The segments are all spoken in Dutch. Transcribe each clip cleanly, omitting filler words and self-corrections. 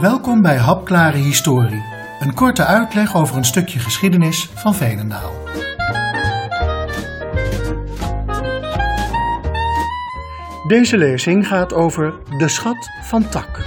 Welkom bij Hapklare Historie, een korte uitleg over een stukje geschiedenis van Veenendaal. Deze lezing gaat over de schat van Tak.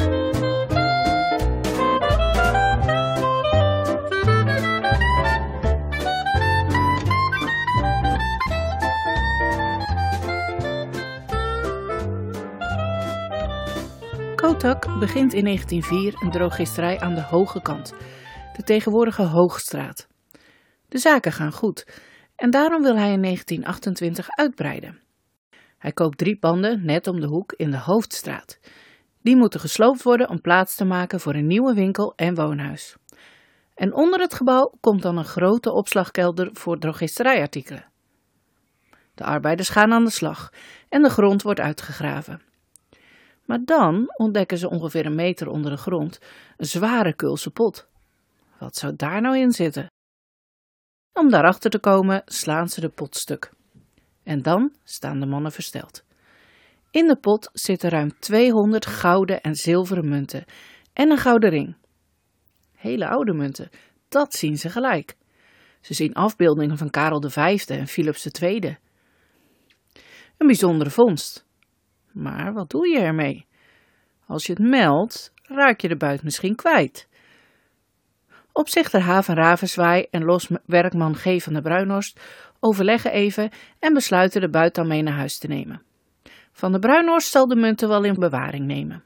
Kotak begint in 1904 een drogisterij aan de Hoge Kant, de tegenwoordige Hoogstraat. De zaken gaan goed en daarom wil hij in 1928 uitbreiden. Hij koopt 3 panden net om de hoek in de Hoofdstraat. Die moeten gesloopt worden om plaats te maken voor een nieuwe winkel en woonhuis. En onder het gebouw komt dan een grote opslagkelder voor drogisterijartikelen. De arbeiders gaan aan de slag en de grond wordt uitgegraven. Maar dan ontdekken ze ongeveer 1 meter onder de grond een zware Keulse pot. Wat zou daar nou in zitten? Om daarachter te komen slaan ze de pot stuk. En dan staan de mannen versteld. In de pot zitten ruim 200 gouden en zilveren munten en een gouden ring. Hele oude munten, dat zien ze gelijk. Ze zien afbeeldingen van Karel V en Philips II. Een bijzondere vondst. Maar wat doe je ermee? Als je het meldt, raak je de buit misschien kwijt. Opzichter H. van Ravenswaay en loswerkman G. van der Bruinhorst overleggen even en besluiten de buit dan mee naar huis te nemen. Van der Bruinhorst zal de munten wel in bewaring nemen.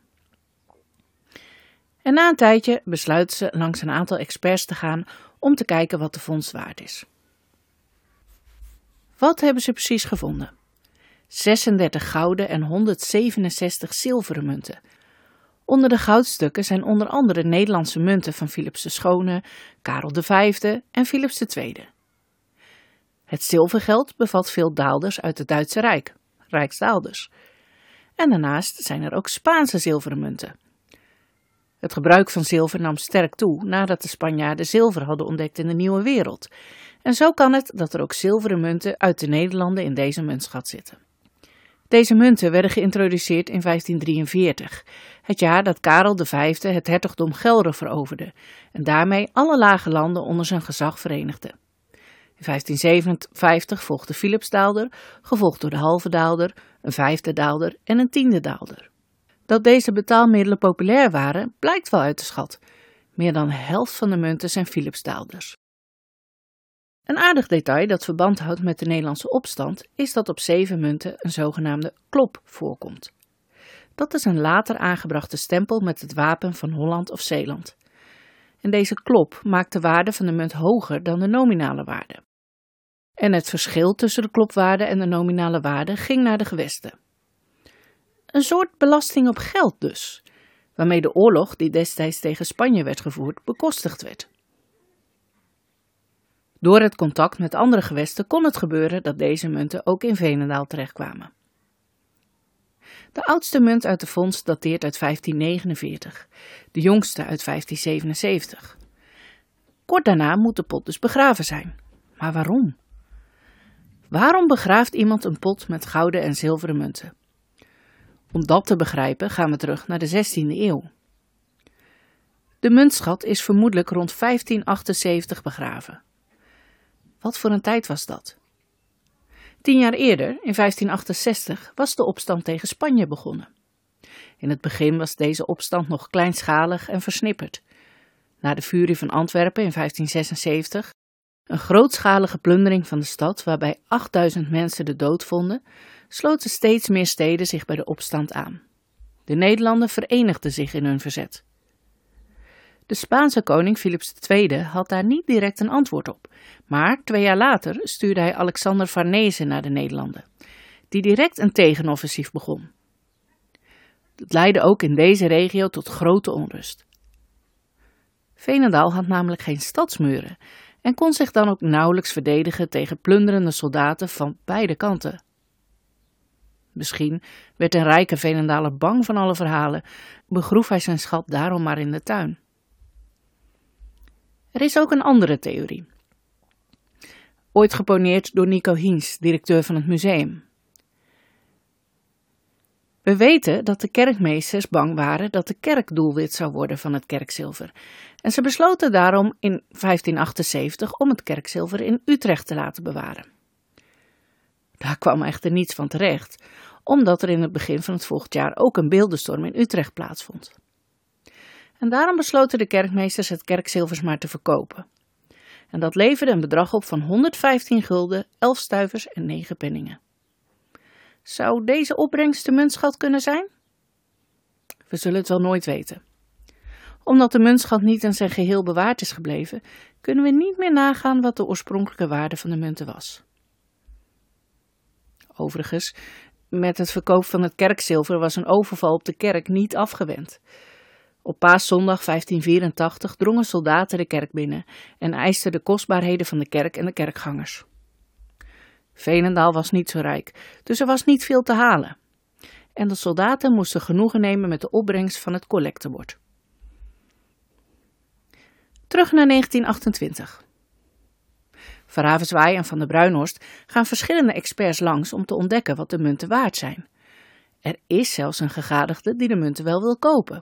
En na een tijdje besluiten ze langs een aantal experts te gaan om te kijken wat de vondst waard is. Wat hebben ze precies gevonden? 36 gouden en 167 zilveren munten. Onder de goudstukken zijn onder andere Nederlandse munten van Philips de Schone, Karel V en Philips II. Het zilvergeld bevat veel daalders uit het Duitse Rijk, rijksdaalders. En daarnaast zijn er ook Spaanse zilveren munten. Het gebruik van zilver nam sterk toe nadat de Spanjaarden zilver hadden ontdekt in de Nieuwe Wereld. En zo kan het dat er ook zilveren munten uit de Nederlanden in deze muntschat zitten. Deze munten werden geïntroduceerd in 1543, het jaar dat Karel V het hertogdom Gelre veroverde en daarmee alle lage landen onder zijn gezag verenigde. In 1557 volgde Philipsdaalder, gevolgd door de halve daalder, een 5e daalder en een 10e daalder. Dat deze betaalmiddelen populair waren, blijkt wel uit de schat. Meer dan de helft van de munten zijn Philipsdaalders. Een aardig detail dat verband houdt met de Nederlandse opstand is dat op 7 munten een zogenaamde klop voorkomt. Dat is een later aangebrachte stempel met het wapen van Holland of Zeeland. En deze klop maakt de waarde van de munt hoger dan de nominale waarde. En het verschil tussen de klopwaarde en de nominale waarde ging naar de gewesten. Een soort belasting op geld dus, waarmee de oorlog die destijds tegen Spanje werd gevoerd bekostigd werd. Door het contact met andere gewesten kon het gebeuren dat deze munten ook in Veenendaal terechtkwamen. De oudste munt uit de vondst dateert uit 1549, de jongste uit 1577. Kort daarna moet de pot dus begraven zijn. Maar waarom? Waarom begraaft iemand een pot met gouden en zilveren munten? Om dat te begrijpen gaan we terug naar de 16e eeuw. De muntschat is vermoedelijk rond 1578 begraven. Wat voor een tijd was dat? 10 jaar eerder, in 1568, was de opstand tegen Spanje begonnen. In het begin was deze opstand nog kleinschalig en versnipperd. Na de Furie van Antwerpen in 1576, een grootschalige plundering van de stad waarbij 8000 mensen de dood vonden, sloten steeds meer steden zich bij de opstand aan. De Nederlanden verenigden zich in hun verzet. De Spaanse koning Philips II had daar niet direct een antwoord op, maar 2 jaar later stuurde hij Alexander Farnese naar de Nederlanden, die direct een tegenoffensief begon. Het leidde ook in deze regio tot grote onrust. Veenendaal had namelijk geen stadsmuren en kon zich dan ook nauwelijks verdedigen tegen plunderende soldaten van beide kanten. Misschien werd een rijke Veenendaler bang van alle verhalen, begroef hij zijn schat daarom maar in de tuin. Er is ook een andere theorie. Ooit geponeerd door Nico Hiens, directeur van het museum. We weten dat de kerkmeesters bang waren dat de kerk doelwit zou worden van het kerkzilver. En ze besloten daarom in 1578 om het kerkzilver in Utrecht te laten bewaren. Daar kwam echter niets van terecht, omdat er in het begin van het volgend jaar ook een beeldenstorm in Utrecht plaatsvond. En daarom besloten de kerkmeesters het kerkzilvers maar te verkopen. En dat leverde een bedrag op van 115 gulden, 11 stuivers en 9 penningen. Zou deze opbrengst de muntschat kunnen zijn? We zullen het wel nooit weten. Omdat de muntschat niet in zijn geheel bewaard is gebleven, kunnen we niet meer nagaan wat de oorspronkelijke waarde van de munten was. Overigens, met het verkoop van het kerkzilver was een overval op de kerk niet afgewend. Op Paaszondag 1584 drongen soldaten de kerk binnen en eisten de kostbaarheden van de kerk en de kerkgangers. Veenendaal was niet zo rijk, dus er was niet veel te halen. En de soldaten moesten genoegen nemen met de opbrengst van het collectebord. Terug naar 1928. Van Ravenswaaij en Van der Bruinhorst gaan verschillende experts langs om te ontdekken wat de munten waard zijn. Er is zelfs een gegadigde die de munten wel wil kopen.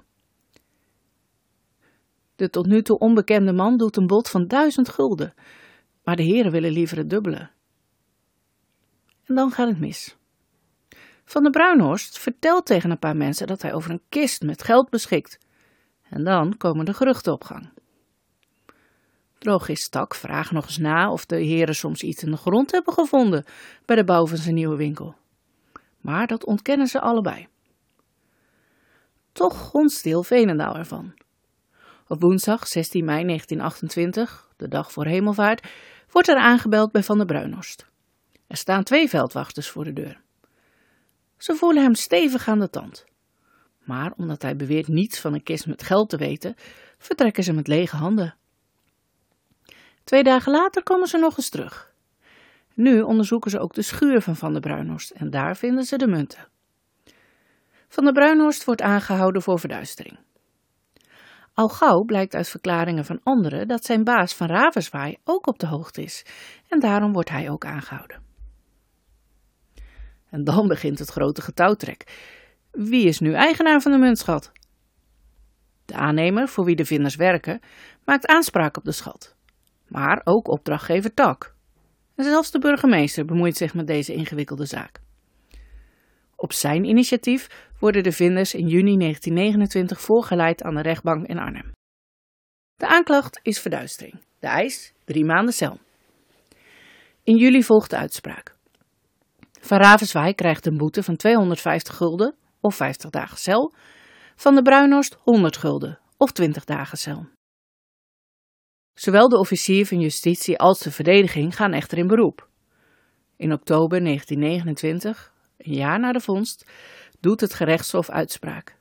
De tot nu toe onbekende man doet een bod van 1000 gulden, maar de heren willen liever het dubbele. En dan gaat het mis. Van der Bruinhorst vertelt tegen een paar mensen dat hij over een kist met geld beschikt. En dan komen de geruchten op gang. Drogist Tak vraagt nog eens na of de heren soms iets in de grond hebben gevonden bij de bouw van zijn nieuwe winkel. Maar dat ontkennen ze allebei. Toch gonst heel Veenendaal ervan. Op woensdag 16 mei 1928, de dag voor Hemelvaart, wordt er aangebeld bij Van der Bruinhorst. Er staan 2 veldwachters voor de deur. Ze voelen hem stevig aan de tand. Maar omdat hij beweert niets van een kist met geld te weten, vertrekken ze met lege handen. 2 dagen later komen ze nog eens terug. Nu onderzoeken ze ook de schuur van der Bruinhorst en daar vinden ze de munten. Van der Bruinhorst wordt aangehouden voor verduistering. Al gauw blijkt uit verklaringen van anderen dat zijn baas Van Ravenswaaij ook op de hoogte is en daarom wordt hij ook aangehouden. En dan begint het grote getouwtrek. Wie is nu eigenaar van de muntschat? De aannemer, voor wie de vinders werken, maakt aanspraak op de schat. Maar ook opdrachtgever Tak. En zelfs de burgemeester bemoeit zich met deze ingewikkelde zaak. Op zijn initiatief worden de vinders in juni 1929 voorgeleid aan de rechtbank in Arnhem. De aanklacht is verduistering. De eis 3 maanden cel. In juli volgt de uitspraak. Van Ravenswaaij krijgt een boete van 250 gulden of 50 dagen cel. Van der Bruinhorst 100 gulden of 20 dagen cel. Zowel de officier van justitie als de verdediging gaan echter in beroep. In oktober 1929, een jaar na de vondst, doet het gerechtshof uitspraak.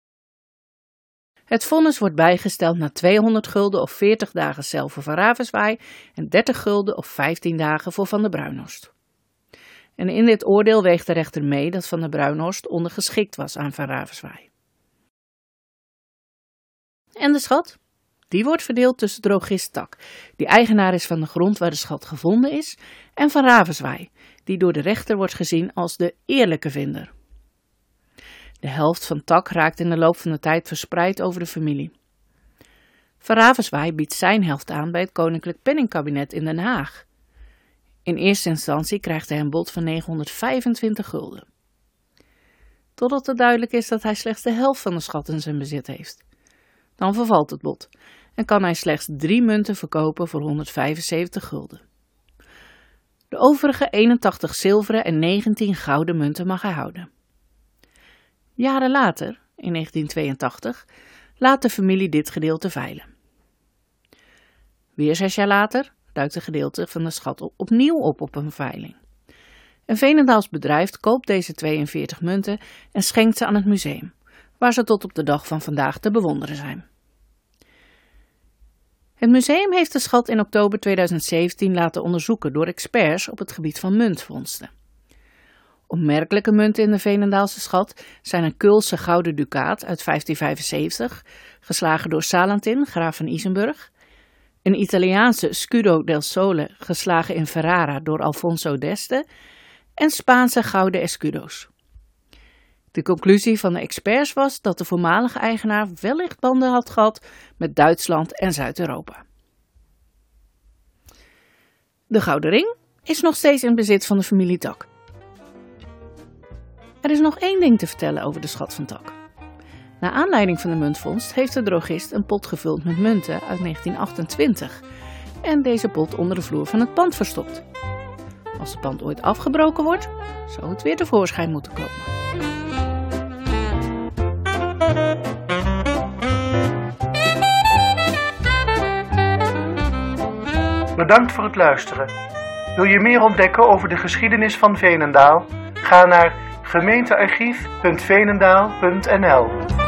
Het vonnis wordt bijgesteld naar 200 gulden of 40 dagen cel voor Van Ravenswaaij en 30 gulden of 15 dagen voor Van der Bruinhorst. En in dit oordeel weegt de rechter mee dat Van der Bruinhorst ondergeschikt was aan Van Ravenswaaij. En de schat? Die wordt verdeeld tussen drogist Tak, die eigenaar is van de grond waar de schat gevonden is, en Van Ravenswaaij, die door de rechter wordt gezien als de eerlijke vinder. De helft van Tak raakt in de loop van de tijd verspreid over de familie. Van Ravenswaaij biedt zijn helft aan bij het Koninklijk Penningkabinet in Den Haag. In eerste instantie krijgt hij een bod van 925 gulden. Totdat het duidelijk is dat hij slechts de helft van de schat in zijn bezit heeft. Dan vervalt het bod en kan hij slechts 3 munten verkopen voor 175 gulden. De overige 81 zilveren en 19 gouden munten mag hij houden. Jaren later, in 1982, laat de familie dit gedeelte veilen. Weer 6 jaar later duikt een gedeelte van de schat opnieuw op een veiling. Een Veenendaals bedrijf koopt deze 42 munten en schenkt ze aan het museum, waar ze tot op de dag van vandaag te bewonderen zijn. Het museum heeft de schat in oktober 2017 laten onderzoeken door experts op het gebied van muntvondsten. Opmerkelijke munten in de Veenendaalse schat zijn een Keulse gouden ducaat uit 1575, geslagen door Salantin, graaf van Isenburg, een Italiaanse Scudo del Sole, geslagen in Ferrara door Alfonso d'Este, en Spaanse gouden escudo's. De conclusie van de experts was dat de voormalige eigenaar wellicht banden had gehad met Duitsland en Zuid-Europa. De gouden ring is nog steeds in bezit van de familie Tak. Er is nog één ding te vertellen over de schat van Tak. Naar aanleiding van de muntvondst heeft de drogist een pot gevuld met munten uit 1928 en deze pot onder de vloer van het pand verstopt. Als het pand ooit afgebroken wordt, zou het weer tevoorschijn moeten komen. Bedankt voor het luisteren. Wil je meer ontdekken over de geschiedenis van Veenendaal? Ga naar gemeentearchief.veenendaal.nl